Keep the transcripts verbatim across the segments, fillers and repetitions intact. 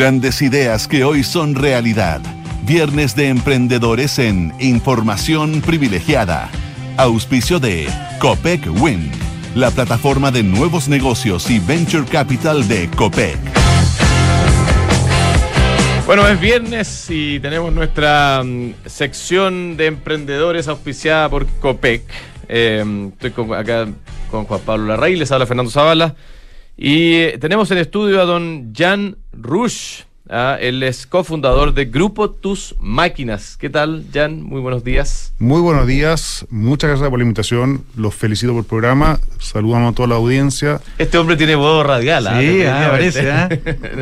Grandes ideas que hoy son realidad. Viernes de Emprendedores en Información Privilegiada. Auspicio de Copec Wind, la plataforma de nuevos negocios y Venture Capital de Copec. Bueno, es viernes y tenemos nuestra um, sección de emprendedores auspiciada por Copec. Eh, estoy con, acá con Juan Pablo Larraín, les habla Fernando Zavala. Y eh, tenemos en estudio a don Jan Rush. Ah, él es cofundador de Grupo Tus Máquinas. ¿Qué tal, Jan? Muy buenos días. Muy buenos días. Muchas gracias por la invitación. Los felicito por el programa. Saludamos a toda la audiencia. Este hombre tiene voz radial. Sí, ¿eh? Ah, parece, ¿eh?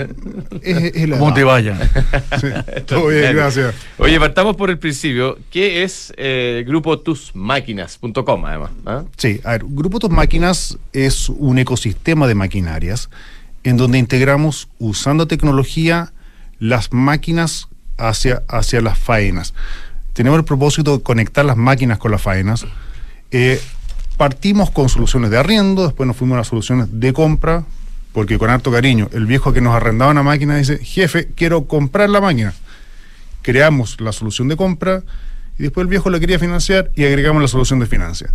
es, es ¿Cómo te vaya? Sí, todo bien, gracias. Oye, partamos por el principio. ¿Qué es eh, Grupo Tus Máquinas punto com, además? ¿Ah? Sí, a ver, Grupo Tus Máquinas es un ecosistema de maquinarias en donde integramos, usando tecnología, las máquinas hacia, hacia las faenas. Tenemos el propósito de conectar las máquinas con las faenas. Eh, partimos con soluciones de arriendo, después nos fuimos a las soluciones de compra, porque con harto cariño, el viejo que nos arrendaba una máquina dice: jefe, quiero comprar la máquina. Creamos la solución de compra y después el viejo la quería financiar y agregamos la solución de financia.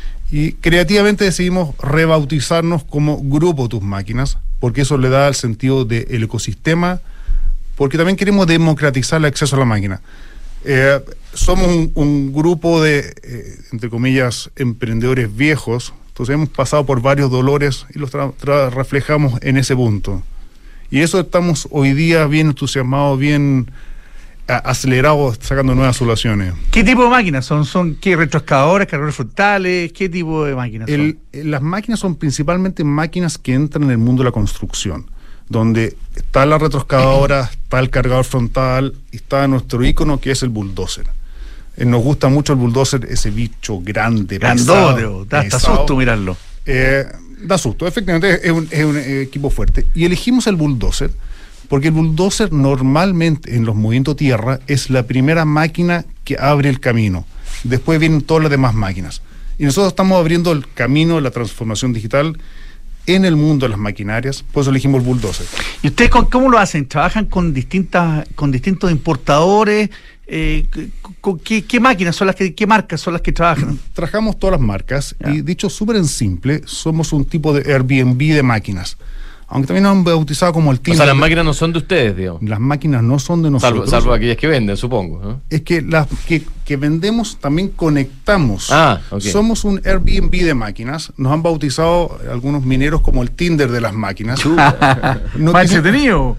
Y creativamente decidimos rebautizarnos como Grupo Tus Máquinas, porque eso le da el sentido del ecosistema, porque también queremos democratizar el acceso a la máquina. Eh, somos un, un grupo de, eh, entre comillas, emprendedores viejos, entonces hemos pasado por varios dolores y los tra- tra- reflejamos en ese punto. Y eso estamos hoy día bien entusiasmados, bien a- acelerados, sacando nuevas soluciones. ¿Qué tipo de máquinas son? ¿Son qué, retroexcavadoras, cargadores frontales? ¿Qué tipo de máquinas son? El, las máquinas son principalmente máquinas que entran en el mundo de la construcción, donde está la retroexcavadora, está el cargador frontal y está nuestro ícono, que es el bulldozer. Eh, nos gusta mucho el bulldozer, ese bicho grande, Grandote, pesado, da hasta pesado. susto mirarlo. Eh, da susto, efectivamente es un, es un equipo fuerte. Y elegimos el bulldozer porque el bulldozer normalmente en los movimientos tierra es la primera máquina que abre el camino. Después vienen todas las demás máquinas. Y nosotros estamos abriendo el camino de la transformación digital en el mundo de las maquinarias, por eso elegimos el bulldozer. ¿Y ustedes con, cómo lo hacen? ¿Trabajan con distintas, con distintos importadores? Eh, con, ¿qué, ¿Qué máquinas son las que, qué marcas son las que trabajan? Trabajamos todas las marcas Ya. y, dicho súper en simple, somos un tipo de Airbnb de máquinas. Aunque también nos han bautizado como el O Tinder. sea, las máquinas no son de ustedes, digamos. Las máquinas no son de Salvo, nosotros. salvo aquellas que venden, supongo, ¿no? Es que las que, que vendemos también conectamos. Ah, ok. Somos un Airbnb de máquinas. Nos han bautizado algunos mineros como el Tinder de las máquinas. No ¿Más tiene- entretenido?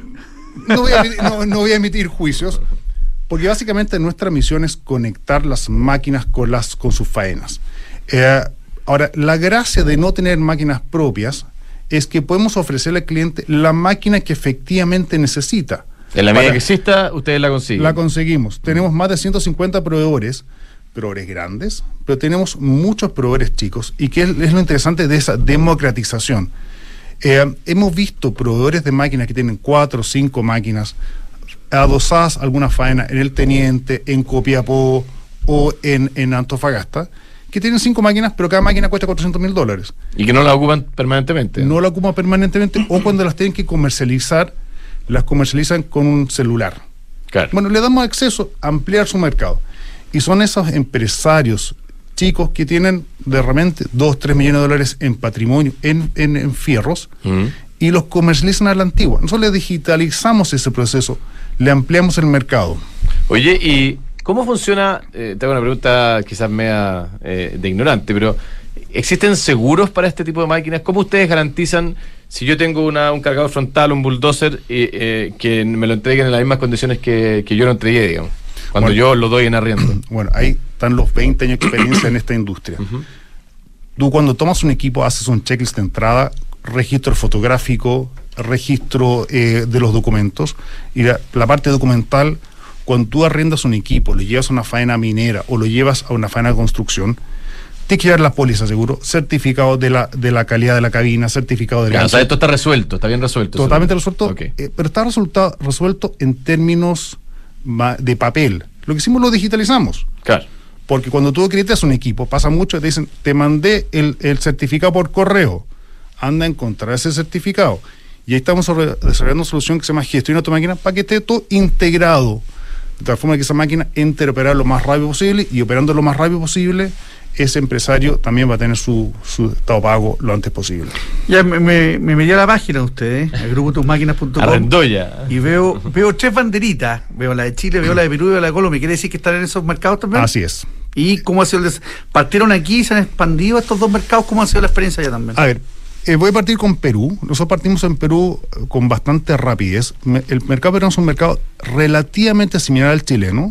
no, voy a, emitir- no, no voy a emitir juicios, porque básicamente nuestra misión es conectar las máquinas con, las, con sus faenas. Eh, ahora, la gracia de no tener máquinas propias es que podemos ofrecerle al cliente la máquina que efectivamente necesita. En la medida Para- que exista, ustedes la consiguen. La conseguimos. Tenemos más de ciento cincuenta proveedores, proveedores grandes, pero tenemos muchos proveedores chicos, y que es, es lo interesante de esa democratización. Eh, hemos visto proveedores de máquinas que tienen cuatro o cinco máquinas adosadas a alguna faena en El Teniente, en Copiapó o en, en Antofagasta, que tienen cinco máquinas, pero cada máquina cuesta cuatrocientos mil dólares. Y que no la ocupan permanentemente. No la ocupan permanentemente, o cuando las tienen que comercializar, las comercializan con un celular. Claro. Bueno, le damos acceso a ampliar su mercado. Y son esos empresarios chicos que tienen de repente dos, tres millones de dólares en patrimonio, en, en, en fierros, Mm. y los comercializan a la antigua. Nosotros le digitalizamos ese proceso, le ampliamos el mercado. Oye, ¿y cómo funciona? Eh, tengo una pregunta quizás media eh, de ignorante, pero ¿existen seguros para este tipo de máquinas? ¿Cómo ustedes garantizan, si yo tengo una, un cargador frontal, un bulldozer, eh, eh, que me lo entreguen en las mismas condiciones que, que yo lo entregué, digamos, cuando Bueno. yo lo doy en arriendo? Bueno, ahí están los veinte años de experiencia en esta industria. Ujú. Tú cuando tomas un equipo haces un checklist de entrada, registro fotográfico, registro eh, de los documentos, y la, la parte documental, cuando tú arriendas un equipo, lo llevas a una faena minera o lo llevas a una faena de construcción, tienes que llevar la póliza seguro, certificado de la, de la calidad de la cabina, certificado de Claro, la... o sea, esto está resuelto, está bien resuelto. Totalmente seguro. resuelto, Ok. eh, pero está resulta- resuelto en términos ma- de papel. Lo que hicimos lo digitalizamos. Claro. Porque cuando tú acreditas un equipo, pasa mucho, te dicen, te mandé el, el certificado por correo, anda a encontrar ese certificado. Y ahí estamos desarrollando una solución que se llama Gestiona tu máquina para que esté todo integrado, de tal forma que esa máquina entre a operar lo más rápido posible, y operando lo más rápido posible, ese empresario también va a tener su, su estado pago lo antes posible. Ya me, me, me metí a la página de ustedes, el grupo tus máquinas punto com, Arrendó ya. y veo, veo tres banderitas. Veo la de Chile, veo la de Perú y veo la de Colombia. ¿Quiere decir que están en esos mercados también? Así es. ¿Y cómo ha sido el des... ¿Partieron aquí, se han expandido estos dos mercados? ¿Cómo ha sido la experiencia allá también? A ver, eh, voy a partir con Perú. Nosotros partimos en Perú eh, con bastante rapidez. Me, el mercado peruano es un mercado relativamente similar al chileno,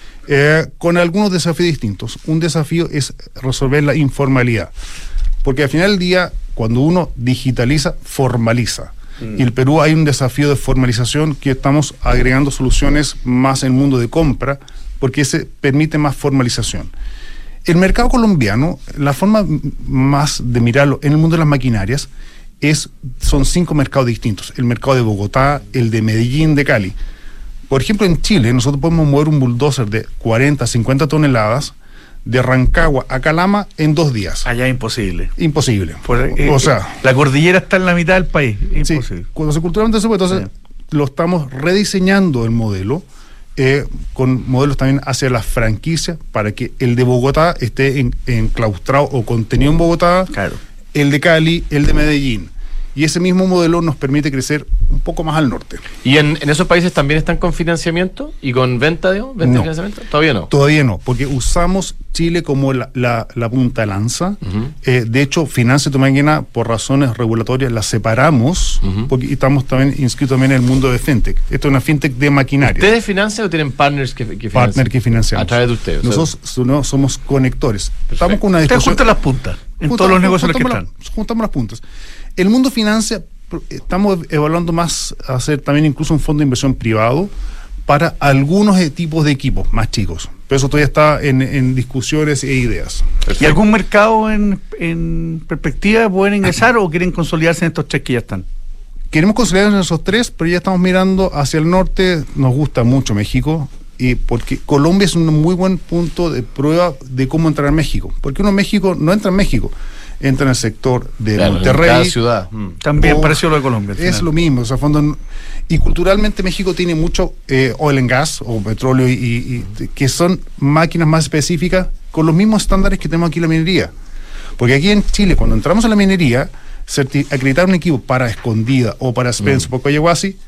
eh, con algunos desafíos distintos. Un desafío es resolver la informalidad, porque al final del día, cuando uno digitaliza, formaliza. Mm. Y en el Perú hay un desafío de formalización que estamos agregando soluciones más en el mundo de compra, porque ese permite más formalización. El mercado colombiano, la forma más de mirarlo en el mundo de las maquinarias es, son cinco mercados distintos. El mercado de Bogotá, el de Medellín, de Cali. Por ejemplo, en Chile nosotros podemos mover un bulldozer de cuarenta, cincuenta toneladas de Rancagua a Calama en dos días. Allá es imposible. Imposible. Por, eh, o sea, la cordillera está en la mitad del país. Imposible. Sí, cuando se culturalmente se puede, entonces sí. Lo estamos rediseñando el modelo. Eh, con modelos también hacia la franquicia, para que el de Bogotá esté en, enclaustrado o contenido en Bogotá, claro. El de Cali, el de Medellín. Y ese mismo modelo nos permite crecer un poco más al norte. ¿Y en, en esos países también están con financiamiento y con venta, digamos, venta no, de financiamiento? Todavía no. Todavía no, porque usamos Chile como la, la, la punta de lanza. Uh-huh. Eh, de hecho, Financia tu máquina, por razones regulatorias, la separamos, uh-huh. porque estamos también inscritos también en el mundo de fintech. Esto es una fintech de maquinaria. ¿Ustedes financian o tienen partners que, que financian? Partner que financiamos. A través de ustedes. Nosotros o sea, no, somos conectores. Perfecto. Estamos con una discusión. Ustedes juntan las puntas en Juntamos, todos los negocios juntamos que están. La, juntamos las puntas. El mundo financia, estamos evaluando más hacer también incluso un fondo de inversión privado para algunos tipos de equipos más chicos. Pero eso todavía está en, en discusiones e ideas. Perfecto. ¿Y algún mercado en, en perspectiva pueden ingresar o quieren consolidarse en estos tres que ya están? Queremos consolidarnos en esos tres, pero ya estamos mirando hacia el norte. Nos gusta mucho México, y porque Colombia es un muy buen punto de prueba de cómo entrar a México. Porque uno en México no entra en México, entra en el sector de claro, Monterrey. Cada ciudad. Mm. También pareció lo de Colombia. Es lo mismo, o sea, fondo, y culturalmente México tiene mucho eh, oil and gas o petróleo, y, y, y que son máquinas más específicas con los mismos estándares que tenemos aquí en la minería. Porque aquí en Chile, cuando entramos a la minería, certi- acreditar un equipo para Escondida o para Spence mm. o Coyahuasi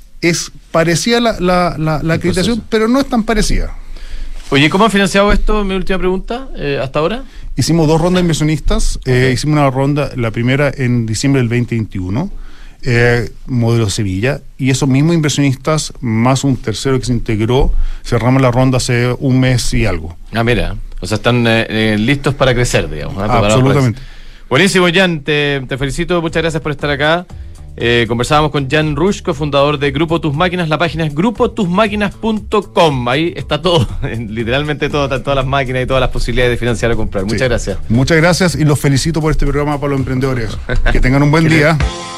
es parecida la, la, la, la acreditación, pero no es tan parecida. Oye, ¿cómo han financiado esto? Mi última pregunta, eh, hasta ahora. Hicimos dos rondas de inversionistas. Eh, okay. Hicimos una ronda, la primera en diciembre del veinte veintiuno, eh, modelo Sevilla, y esos mismos inversionistas, más un tercero que se integró, cerramos la ronda hace un mes y algo. Ah, mira, o sea, están eh, eh, listos para crecer, digamos. ¿eh? Absolutamente. Buenísimo, Jan, te, te felicito, muchas gracias por estar acá. Eh, conversábamos con Jan Rushko, fundador de Grupo Tus Máquinas. La página es grupo tus máquinas punto com. Ahí está todo, literalmente todo, están todas las máquinas y todas las posibilidades de financiar o comprar. Muchas sí. gracias. Muchas gracias y los felicito por este programa para los emprendedores. Que tengan un buen día.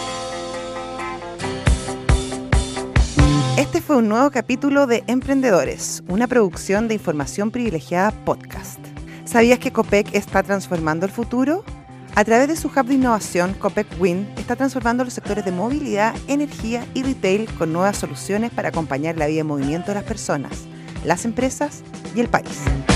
Este fue un nuevo capítulo de Emprendedores, una producción de Información Privilegiada Podcast. ¿Sabías que Copec está transformando el futuro? A través de su hub de innovación, Copec Wind está transformando los sectores de movilidad, energía y retail con nuevas soluciones para acompañar la vida en movimiento de las personas, las empresas y el país.